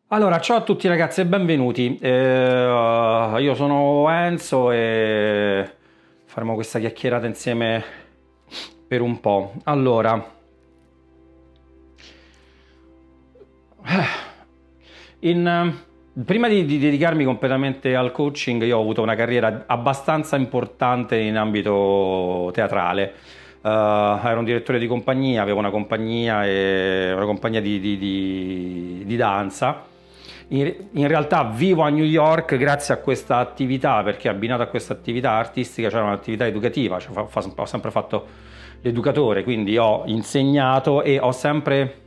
Allora, ciao a tutti ragazzi e benvenuti. Io sono Enzo e faremo questa chiacchierata insieme per un po'. Allora, prima di dedicarmi completamente al coaching, io ho avuto una carriera abbastanza importante in ambito teatrale. Ero un direttore di compagnia, avevo una compagnia di danza. In realtà vivo a New York grazie a questa attività, perché abbinato a questa attività artistica c'era un'attività educativa, cioè ho sempre fatto l'educatore, quindi ho insegnato e ho sempre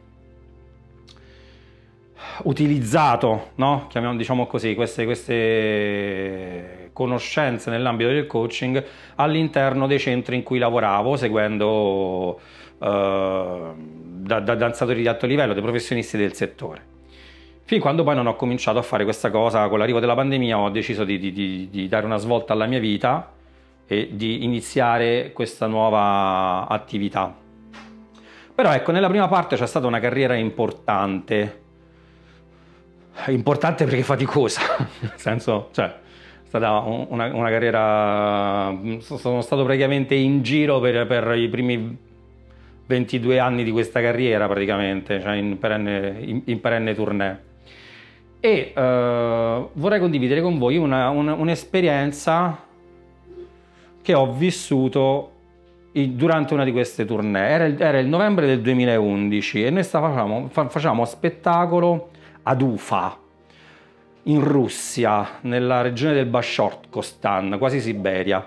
utilizzato, no? Chiamiamo, diciamo così, queste conoscenze nell'ambito del coaching all'interno dei centri in cui lavoravo, seguendo danzatori di alto livello, dei professionisti del settore. Fin quando poi non ho cominciato a fare questa cosa, con l'arrivo della pandemia ho deciso di dare una svolta alla mia vita e di iniziare questa nuova attività. Però ecco, nella prima parte c'è stata una carriera importante perché faticosa, nel senso, cioè, è stata una carriera, sono stato praticamente in giro per i primi 22 anni di questa carriera praticamente, cioè in perenne tournée. E vorrei condividere con voi un'esperienza che ho vissuto durante una di queste tournée. Era il novembre del 2011 e noi facciamo spettacolo ad Ufa, in Russia, nella regione del Bashkortostan, quasi Siberia.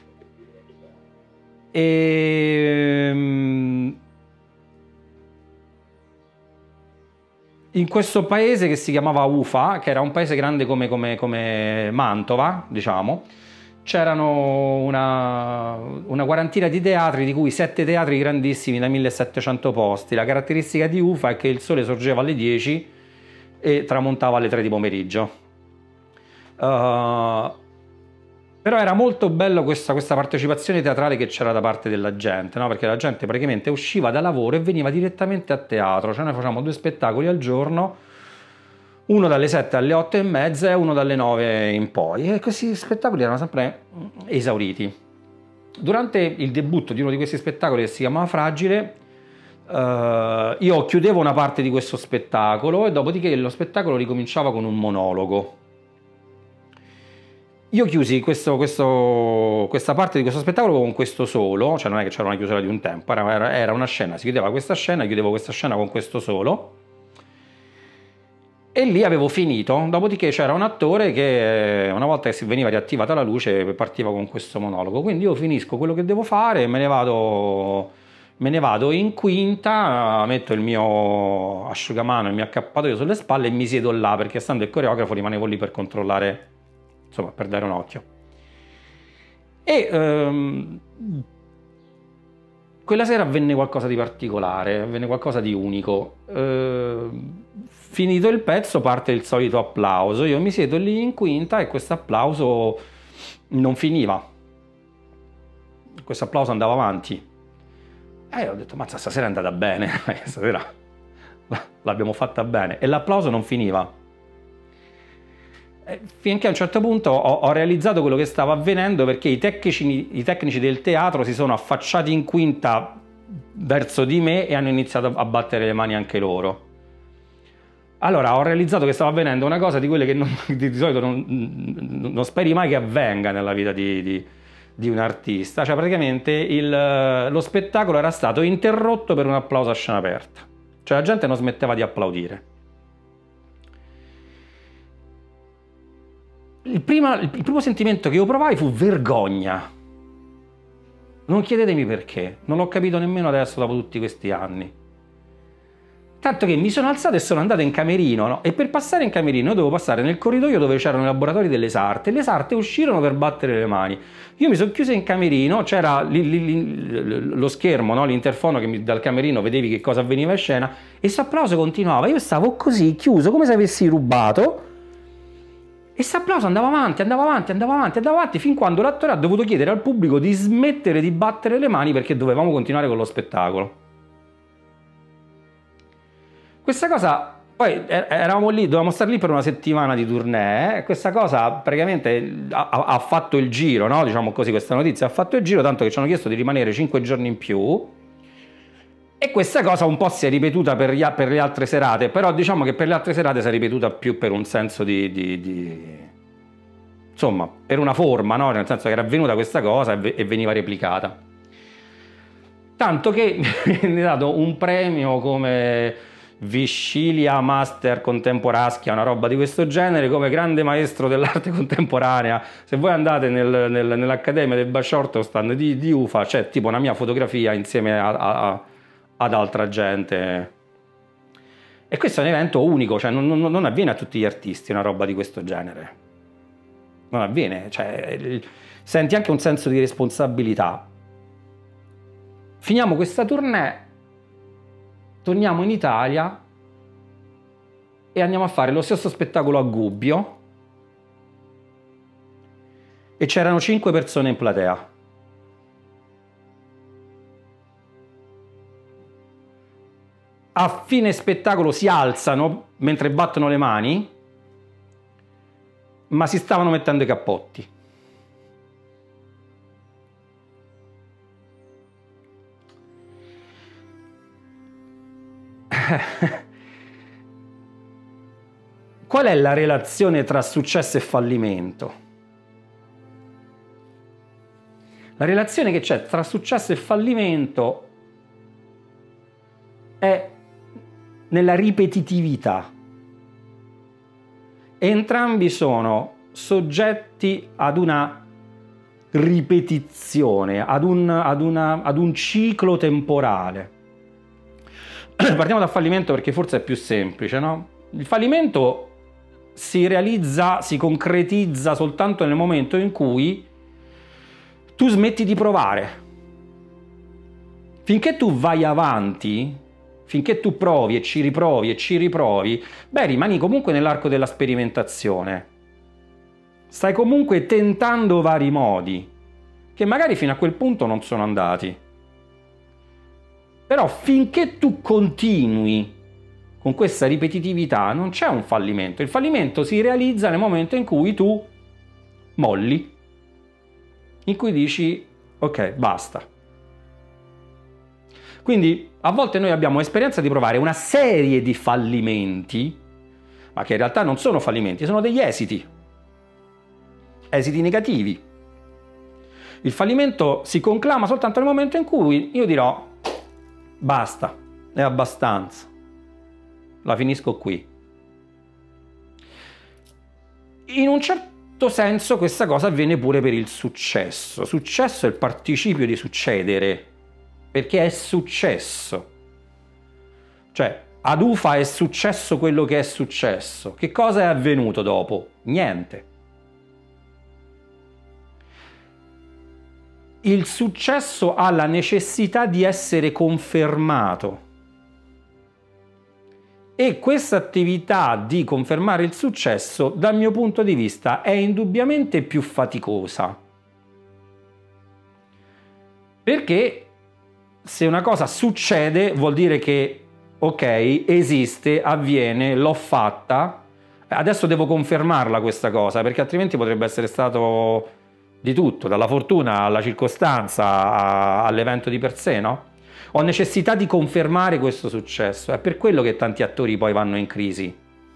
In questo paese che si chiamava Ufa, che era un paese grande come Mantova, diciamo, c'erano una quarantina di teatri, di cui 7 teatri grandissimi da 1700 posti. La caratteristica di Ufa è che il sole sorgeva alle 10 e tramontava alle 3 di pomeriggio. Però era molto bello questa partecipazione teatrale che c'era da parte della gente, no? Perché la gente praticamente usciva da lavoro e veniva direttamente a teatro, cioè noi facciamo 2 spettacoli al giorno, uno dalle 7 alle 8 e mezza e uno dalle 9 in poi, e questi spettacoli erano sempre esauriti. Durante il debutto di uno di questi spettacoli, che si chiamava Fragile, io chiudevo una parte di questo spettacolo e dopodiché lo spettacolo ricominciava con un monologo. Io chiusi questa parte di questo spettacolo con questo solo, cioè non è che c'era una chiusura di un tempo, era una scena, si chiudeva questa scena, chiudevo questa scena con questo solo e lì avevo finito. Dopodiché c'era un attore che una volta che si veniva riattivata la luce partiva con questo monologo, quindi io finisco quello che devo fare, me ne vado in quinta, metto il mio asciugamano, il mio accappatoio sulle spalle e mi siedo là, perché stando il coreografo rimanevo lì per controllare, insomma, per dare un occhio. E quella sera avvenne qualcosa di particolare, avvenne qualcosa di unico. Finito il pezzo parte il solito applauso, io mi siedo lì in quinta e questo applauso non finiva. Questo applauso andava avanti. E ho detto, mazza, stasera è andata bene, stasera l'abbiamo fatta bene. E l'applauso non finiva. Finché a un certo punto ho realizzato quello che stava avvenendo, perché i tecnici del teatro si sono affacciati in quinta verso di me e hanno iniziato a battere le mani anche loro. Allora ho realizzato che stava avvenendo una cosa di quelle che di solito non speri mai che avvenga nella vita di un artista. Cioè praticamente lo spettacolo era stato interrotto per un applauso a scena aperta, cioè la gente non smetteva di applaudire. Il primo sentimento che io provai fu vergogna. Non chiedetemi perché, non l'ho capito nemmeno adesso dopo tutti questi anni. Tanto che mi sono alzato e sono andato in camerino, no? E per passare in camerino io dovevo passare nel corridoio dove c'erano i laboratori delle sarte, e le sarte uscirono per battere le mani. Io mi sono chiuso in camerino, c'era lo schermo, no? L'interfono che dal camerino vedevi che cosa avveniva in scena, e questo applauso continuava. Io stavo così, chiuso, come se avessi rubato. E questo applauso andava avanti, fin quando l'attore ha dovuto chiedere al pubblico di smettere di battere le mani perché dovevamo continuare con lo spettacolo. Questa cosa Poi eravamo lì, dovevamo stare lì per una settimana di tournée, e questa cosa praticamente ha fatto il giro, no? Diciamo così, questa notizia ha fatto il giro, tanto che ci hanno chiesto di rimanere 5 giorni in più, e questa cosa un po' si è ripetuta per le altre serate, però diciamo che per le altre serate si è ripetuta più per un senso insomma, per una forma, no? Nel senso che era avvenuta questa cosa e veniva replicata. Tanto che mi è dato un premio come Viscilia Master Contemporascia, una roba di questo genere, come grande maestro dell'arte contemporanea. Se voi andate nell'Accademia del Bashortostan di UFA, c'è tipo una mia fotografia insieme ad altra gente. E questo è un evento unico, cioè non avviene a tutti gli artisti una roba di questo genere. Non avviene, cioè senti anche un senso di responsabilità. Finiamo questa tournée, torniamo in Italia e andiamo a fare lo stesso spettacolo a Gubbio e c'erano 5 persone in platea. A fine spettacolo si alzano mentre battono le mani, ma si stavano mettendo i cappotti. Qual è la relazione tra successo e fallimento? La relazione che c'è tra successo e fallimento è nella ripetitività. Entrambi sono soggetti ad una ripetizione, ad un ciclo temporale. Partiamo dal fallimento perché forse è più semplice, no? Il fallimento si realizza, si concretizza soltanto nel momento in cui tu smetti di provare. Finché tu vai avanti, finché tu provi e ci riprovi, beh, rimani comunque nell'arco della sperimentazione. Stai comunque tentando vari modi, che magari fino a quel punto non sono andati. Però finché tu continui con questa ripetitività non c'è un fallimento. Il fallimento si realizza nel momento in cui tu molli, in cui dici ok, basta. Quindi a volte noi abbiamo esperienza di provare una serie di fallimenti, ma che in realtà non sono fallimenti, sono degli esiti negativi. Il fallimento si conclama soltanto nel momento in cui io dirò basta, è abbastanza, la finisco qui. In un certo senso questa cosa avviene pure per il successo. Successo è il participio di succedere, perché è successo. Cioè, ad UFA è successo quello che è successo. Che cosa è avvenuto dopo? Niente. Il successo ha la necessità di essere confermato e questa attività di confermare il successo, dal mio punto di vista, è indubbiamente più faticosa. Perché se una cosa succede vuol dire che, ok, esiste, avviene, l'ho fatta, adesso devo confermarla questa cosa, perché altrimenti potrebbe essere stato di tutto, dalla fortuna alla circostanza all'evento di per sé, no? Ho necessità di confermare questo successo, è per quello che tanti attori poi vanno in crisi,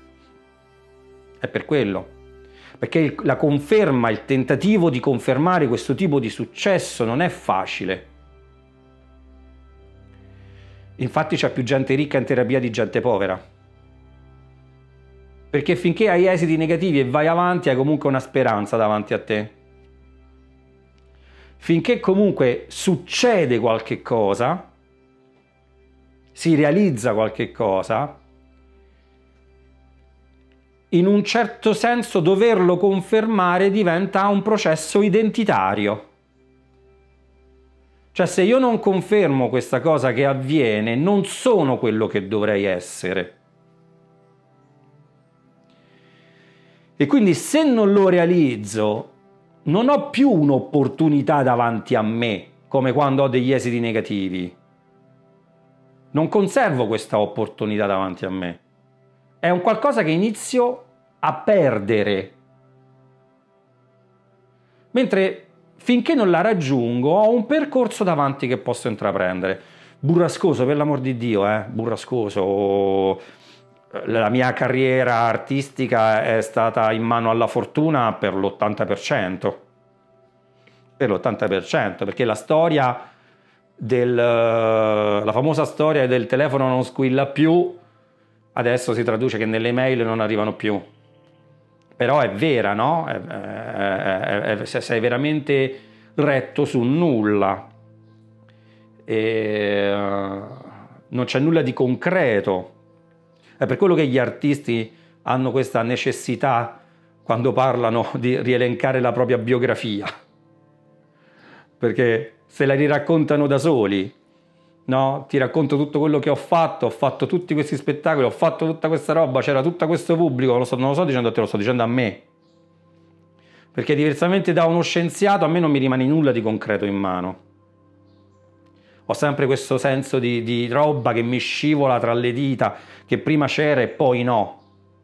è per quello, perché la conferma, il tentativo di confermare questo tipo di successo non è facile. Infatti c'è più gente ricca in terapia di gente povera, perché finché hai esiti negativi e vai avanti hai comunque una speranza davanti a te. Finché comunque succede qualche cosa, si realizza qualche cosa, in un certo senso doverlo confermare diventa un processo identitario. Cioè, se io non confermo questa cosa che avviene, non sono quello che dovrei essere. E quindi se non lo realizzo, non ho più un'opportunità davanti a me, come quando ho degli esiti negativi. Non conservo questa opportunità davanti a me. è un qualcosa che inizio a perdere. Mentre finché non la raggiungo ho un percorso davanti che posso intraprendere. Burrascoso, per l'amor di Dio, burrascoso. La mia carriera artistica è stata in mano alla fortuna per l'80%. Per l'80%, perché la storia la famosa storia del telefono non squilla più, adesso si traduce che nelle mail non arrivano più. Però è vera, no? Sei veramente retto su nulla. Non c'è nulla di concreto. È per quello che gli artisti hanno questa necessità, quando parlano, di rielencare la propria biografia. Perché se la riraccontano da soli, no? Ti racconto tutto quello che ho fatto tutti questi spettacoli, ho fatto tutta questa roba, c'era tutto questo pubblico, non lo sto dicendo a te, lo sto dicendo a me. Perché diversamente da uno scienziato a me non mi rimane nulla di concreto in mano. Ho sempre questo senso di roba che mi scivola tra le dita, che prima c'era e poi no.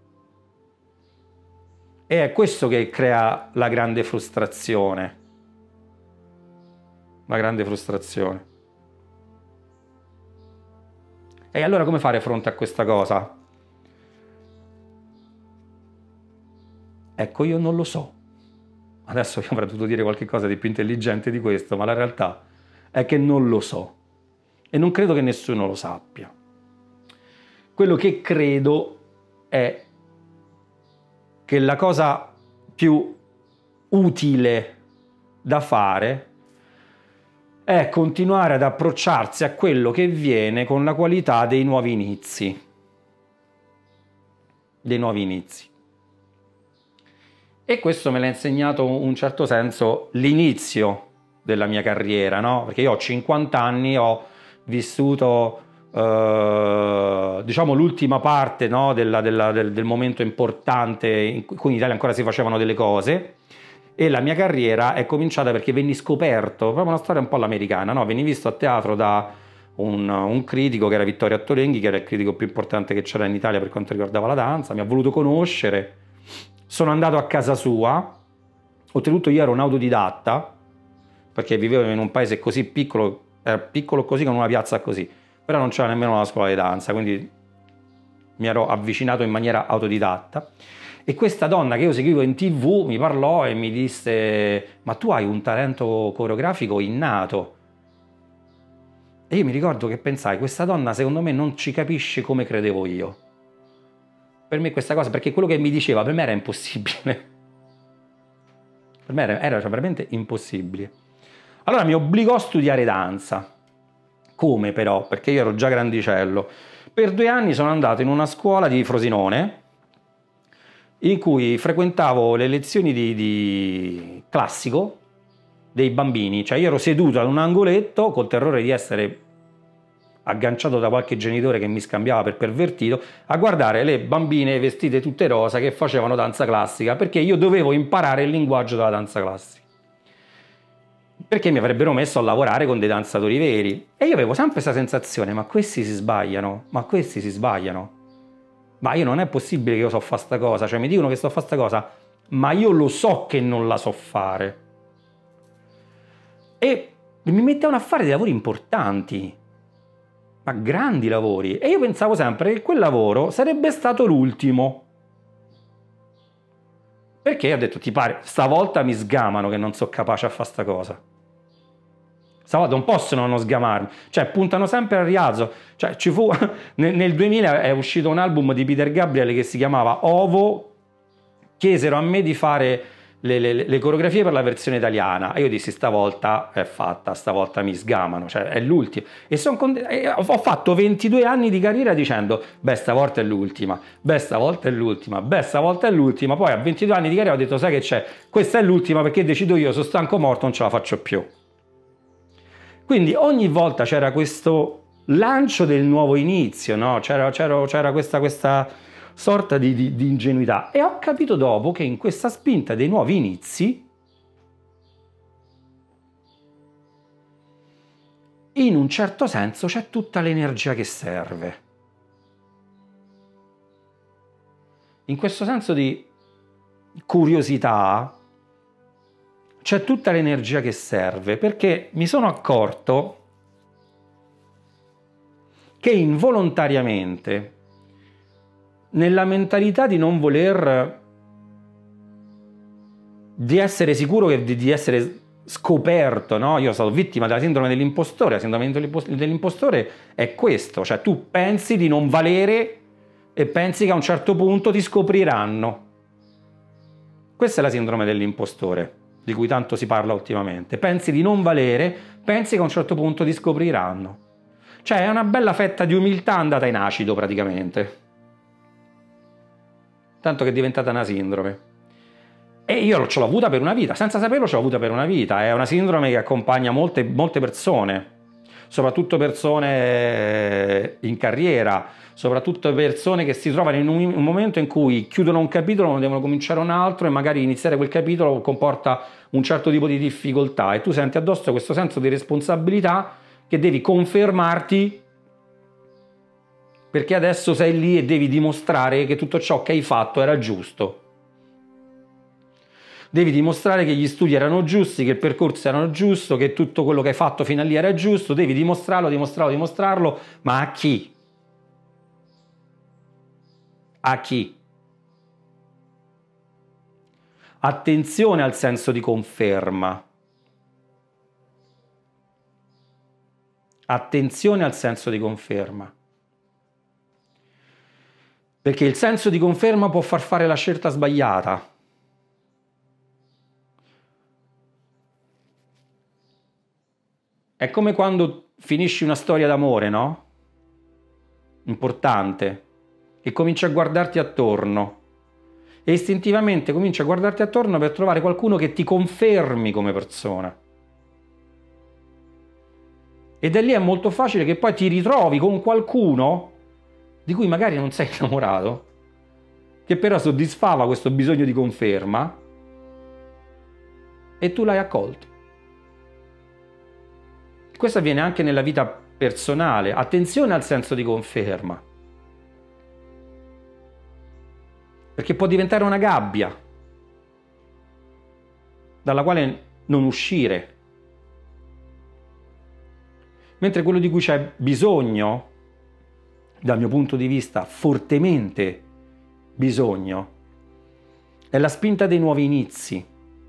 E è questo che crea la grande frustrazione. La grande frustrazione. E allora come fare fronte a questa cosa? Ecco, io non lo so. Adesso io avrei dovuto dire qualcosa di più intelligente di questo, ma la realtà è che non lo so. E non credo che nessuno lo sappia. Quello che credo è che la cosa più utile da fare è continuare ad approcciarsi a quello che viene con la qualità dei nuovi inizi. Dei nuovi inizi. E questo me l'ha insegnato in un certo senso l'inizio della mia carriera, no? Perché io ho 50 anni, ho vissuto diciamo l'ultima parte, no? del momento importante in cui in Italia ancora si facevano delle cose. E la mia carriera è cominciata perché venni scoperto, proprio una storia un po' all'americana, no? Venni visto a teatro da un critico che era Vittorio Attolenghi, che era il critico più importante che c'era in Italia per quanto riguardava la danza, mi ha voluto conoscere, sono andato a casa sua, oltretutto io ero un autodidatta, perché vivevo in un paese così piccolo, era piccolo così con una piazza così, però non c'era nemmeno una scuola di danza, quindi mi ero avvicinato in maniera autodidatta. E questa donna che io seguivo in TV mi parlò e mi disse: ma tu hai un talento coreografico innato. E io mi ricordo che pensai: questa donna secondo me non ci capisce come credevo io. Per me questa cosa, perché quello che mi diceva per me era impossibile. Per me era veramente impossibile. Allora mi obbligò a studiare danza. Come però? Perché io ero già grandicello. Per 2 anni sono andato in una scuola di Frosinone, in cui frequentavo le lezioni di classico dei bambini, cioè io ero seduto ad un angoletto col terrore di essere agganciato da qualche genitore che mi scambiava per pervertito, a guardare le bambine vestite tutte rosa che facevano danza classica, perché io dovevo imparare il linguaggio della danza classica, perché mi avrebbero messo a lavorare con dei danzatori veri. E io avevo sempre questa sensazione: ma questi si sbagliano, ma io non è possibile che io so fare sta cosa, cioè mi dicono che so fare sta cosa, ma io lo so che non la so fare. E mi mettevano a fare dei lavori importanti, ma grandi lavori, e io pensavo sempre che quel lavoro sarebbe stato l'ultimo. Perché ho detto: ti pare, stavolta mi sgamano che non sono capace a fare sta cosa. Stavolta non possono non sgamarmi, cioè puntano sempre al rialzo. Cioè, ci fu nel 2000 è uscito un album di Peter Gabriel che si chiamava Ovo, chiesero a me di fare le coreografie per la versione italiana, e io dissi: stavolta è fatta, stavolta mi sgamano, cioè è l'ultima. E ho fatto 22 anni di carriera dicendo: beh, stavolta è l'ultima, beh, stavolta è l'ultima, beh, stavolta è l'ultima. Poi a 22 anni di carriera ho detto: sai che c'è, questa è l'ultima perché decido io, sono stanco morto, non ce la faccio più. Quindi ogni volta c'era questo lancio del nuovo inizio, no? C'era questa sorta di ingenuità, e ho capito dopo che in questa spinta dei nuovi inizi, in un certo senso, c'è tutta l'energia che serve. in questo senso di curiosità c'è tutta l'energia che serve, perché mi sono accorto che involontariamente, nella mentalità di non voler, di essere sicuro di essere scoperto, no? Io sono vittima della sindrome dell'impostore. La sindrome dell'impostore è questo, cioè tu pensi di non valere e pensi che a un certo punto ti scopriranno. Questa è la sindrome dell'impostore, di cui tanto si parla ultimamente. Pensi di non valere, pensi che a un certo punto ti scopriranno. Cioè è una bella fetta di umiltà andata in acido praticamente. Tanto che è diventata una sindrome. E io ce l'ho avuta per una vita, senza saperlo ce l'ho avuta per una vita. È una sindrome che accompagna molte persone, soprattutto persone in carriera, soprattutto persone che si trovano in un momento in cui chiudono un capitolo, ne devono cominciare un altro e magari iniziare quel capitolo comporta un certo tipo di difficoltà e tu senti addosso questo senso di responsabilità che devi confermarti perché adesso sei lì e devi dimostrare che tutto ciò che hai fatto era giusto. Devi dimostrare che gli studi erano giusti, che il percorso era giusto, che tutto quello che hai fatto fino a lì era giusto, devi dimostrarlo, ma a chi? A chi? Attenzione al senso di conferma. Attenzione al senso di conferma. Perché il senso di conferma può far fare la scelta sbagliata. È come quando finisci una storia d'amore, no? Importante. E cominci a guardarti attorno. E istintivamente cominci a guardarti attorno per trovare qualcuno che ti confermi come persona. E da lì è molto facile che poi ti ritrovi con qualcuno di cui magari non sei innamorato, che però soddisfava questo bisogno di conferma e tu l'hai accolto. Questo avviene anche nella vita personale. Attenzione al senso di conferma. Perché può diventare una gabbia dalla quale non uscire. Mentre quello di cui c'è bisogno, dal mio punto di vista, fortemente bisogno, è la spinta dei nuovi inizi.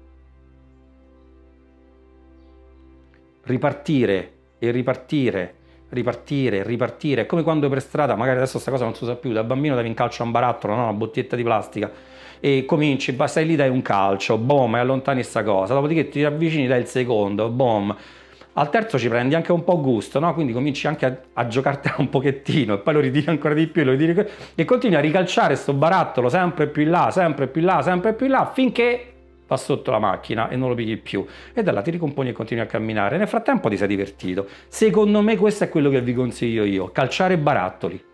Ripartire e ripartire, ripartire. È come quando per strada, magari adesso questa cosa non si usa più, da bambino davi un calcio a un barattolo, no? Una bottiglietta di plastica, e cominci, stai lì, dai un calcio, boom, e allontani sta cosa, dopodiché ti avvicini, dai il secondo, boom. Al terzo ci prendi anche un po' gusto, no? Quindi cominci anche a giocartela un pochettino, e poi lo ritiri ancora di più, e continui a ricalciare sto barattolo sempre più in là, sempre più in là, finché va sotto la macchina e non lo pigli più, e da là ti ricomponi e continui a camminare. Nel frattempo ti sei divertito. Secondo me questo è quello che vi consiglio io: calciare barattoli,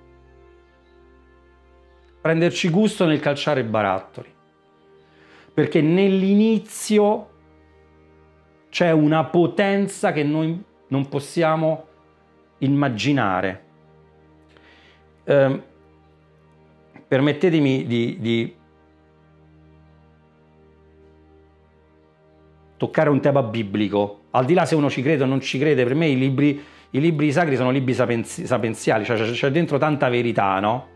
prenderci gusto nel calciare barattoli, perché nell'inizio c'è una potenza che noi non possiamo immaginare. Permettetemi di toccare un tema biblico, al di là se uno ci crede o non ci crede. Per me i libri sacri sono libri sapienziali, cioè c'è dentro tanta verità, no?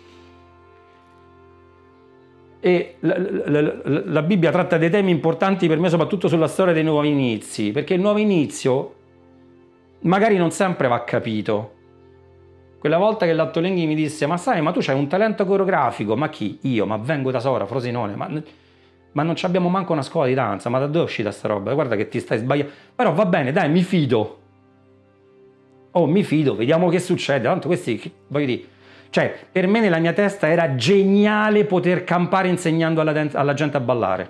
E la Bibbia tratta dei temi importanti per me, soprattutto sulla storia dei nuovi inizi, perché il nuovo inizio magari non sempre va capito. Quella volta che l'Attolenghi mi disse: ma sai, ma tu c'hai un talento coreografico. Ma chi? Io? Ma vengo da Sora, Frosinone, ma non abbiamo manco una scuola di danza, ma da dove è uscita sta roba? Guarda che ti stai sbagliando. Però va bene, dai, mi fido. Oh, mi fido, vediamo che succede. Tanto questi, voglio dire, cioè, per me nella mia testa era geniale poter campare insegnando alla gente a ballare.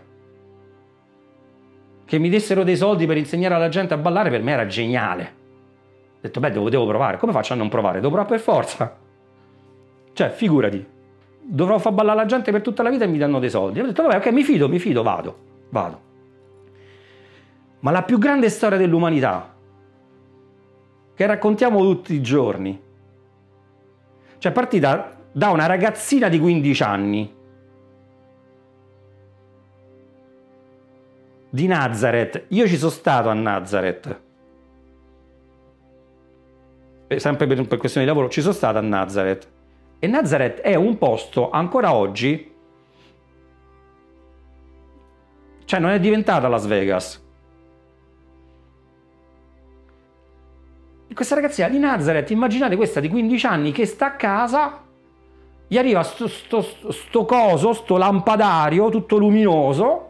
Che mi dessero dei soldi per insegnare alla gente a ballare per me era geniale. Ho detto, beh, devo provare. Come faccio a non provare? Devo provare per forza. Cioè, figurati. Dovrò far ballare la gente per tutta la vita e mi danno dei soldi. Ho detto, vabbè, ok, mi fido, vado. Ma la più grande storia dell'umanità, che raccontiamo tutti i giorni, cioè parti da una ragazzina di 15 anni di Nazareth. Io ci sono stato a Nazareth, sempre per questione di lavoro, ci sono stato a Nazareth, e Nazareth è un posto ancora oggi, cioè non è diventata Las Vegas. E questa ragazzina di Nazareth, immaginate questa di 15 anni che sta a casa, gli arriva sto coso, sto lampadario tutto luminoso,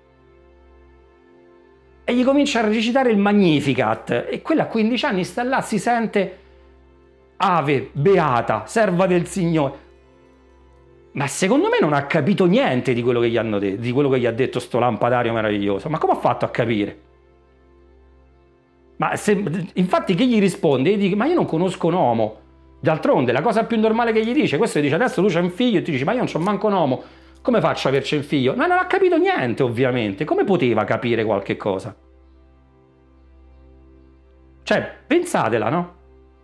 e gli comincia a recitare il Magnificat, e quella a 15 anni sta là, si sente Ave, beata, serva del Signore. Ma secondo me non ha capito niente di quello che gli hanno detto, di quello che gli ha detto sto lampadario meraviglioso. Ma come ha fatto a capire? Ma infatti che gli risponde? Gli dice, ma io non conosco un uomo. D'altronde la cosa più normale che gli dice, questo gli dice adesso tu c'hai un figlio, e ti dici ma io non c'ho manco un uomo. Come faccio a averci un figlio? Ma non ha capito niente, ovviamente. Come poteva capire qualche cosa? Cioè, pensatela, no?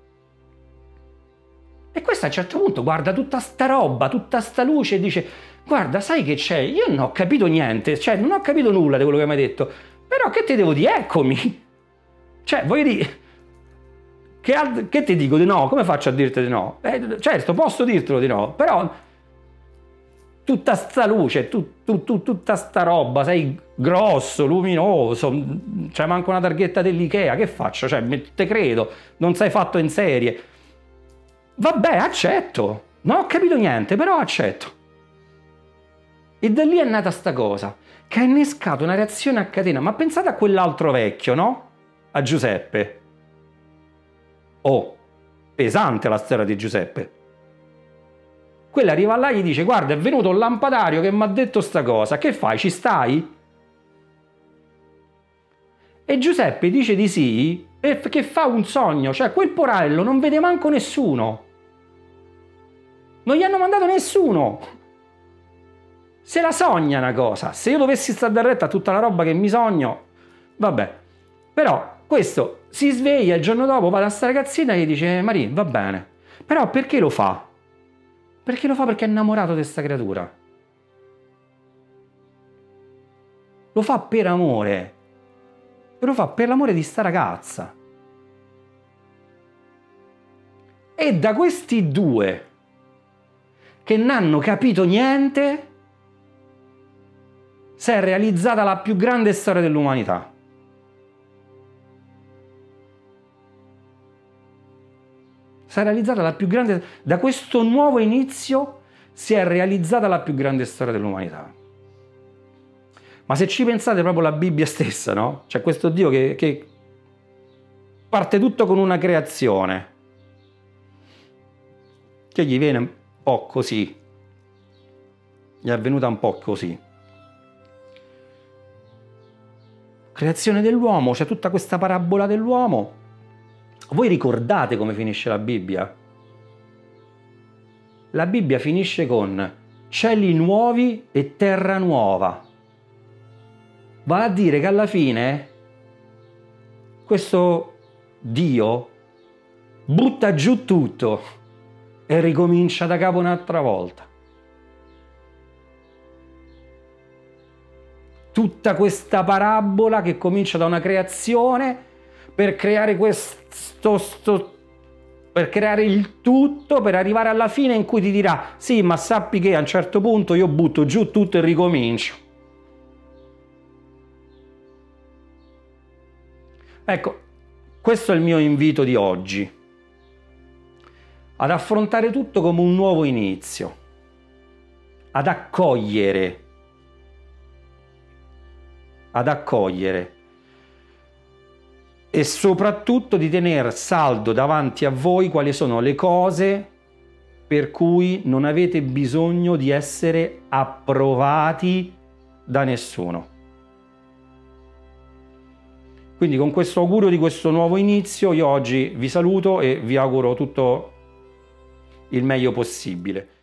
E questo a un certo punto guarda tutta sta roba, tutta sta luce e dice, guarda, sai che c'è? Io non ho capito niente, cioè non ho capito nulla di quello che mi hai detto, però che ti devo dire? Eccomi! Cioè, voglio dire, che ti dico di no? Come faccio a dirti di no? Certo, posso dirtelo di no, però tutta sta luce, tutta sta roba, sei grosso, luminoso, c'è manco una targhetta dell'Ikea, che faccio? Cioè, te credo, non sei fatto in serie. Vabbè, accetto, non ho capito niente, però accetto. E da lì è nata sta cosa, che ha innescato una reazione a catena. Ma pensate a quell'altro vecchio, no? A Giuseppe. Oh, pesante la storia di Giuseppe. Quella arriva là e gli dice, guarda, è venuto un lampadario che mi ha detto sta cosa, che fai, ci stai? E Giuseppe dice di sì, e che fa un sogno, cioè quel porello non vede manco nessuno. Non gli hanno mandato nessuno. Se la sogna una cosa. Se io dovessi stare da retta a tutta la roba che mi sogno, vabbè. Però questo si sveglia il giorno dopo, va da sta ragazzina e gli dice, Maria, va bene. Però perché lo fa? Perché lo fa perché è innamorato di questa creatura. Lo fa per amore. Lo fa per l'amore di sta ragazza. E da questi due che non hanno capito niente si è realizzata la più grande storia dell'umanità. Si è realizzata la più grande, da questo nuovo inizio si è realizzata la più grande storia dell'umanità. Ma se ci pensate proprio la Bibbia stessa, no? C'è questo Dio che parte tutto con una creazione, che gli viene un po' così, gli è venuta un po' così. Creazione dell'uomo, c'è tutta questa parabola dell'uomo. Voi ricordate come finisce la Bibbia? La Bibbia finisce con cieli nuovi e terra nuova. Va a dire che alla fine questo Dio butta giù tutto e ricomincia da capo un'altra volta. Tutta questa parabola che comincia da una creazione per creare per creare il tutto, per arrivare alla fine in cui ti dirà sì, ma sappi che a un certo punto io butto giù tutto e ricomincio. Ecco, questo è il mio invito di oggi, ad affrontare tutto come un nuovo inizio, ad accogliere e soprattutto di tenere saldo davanti a voi quali sono le cose per cui non avete bisogno di essere approvati da nessuno. Quindi con questo augurio di questo nuovo inizio io oggi vi saluto e vi auguro tutto il meglio possibile.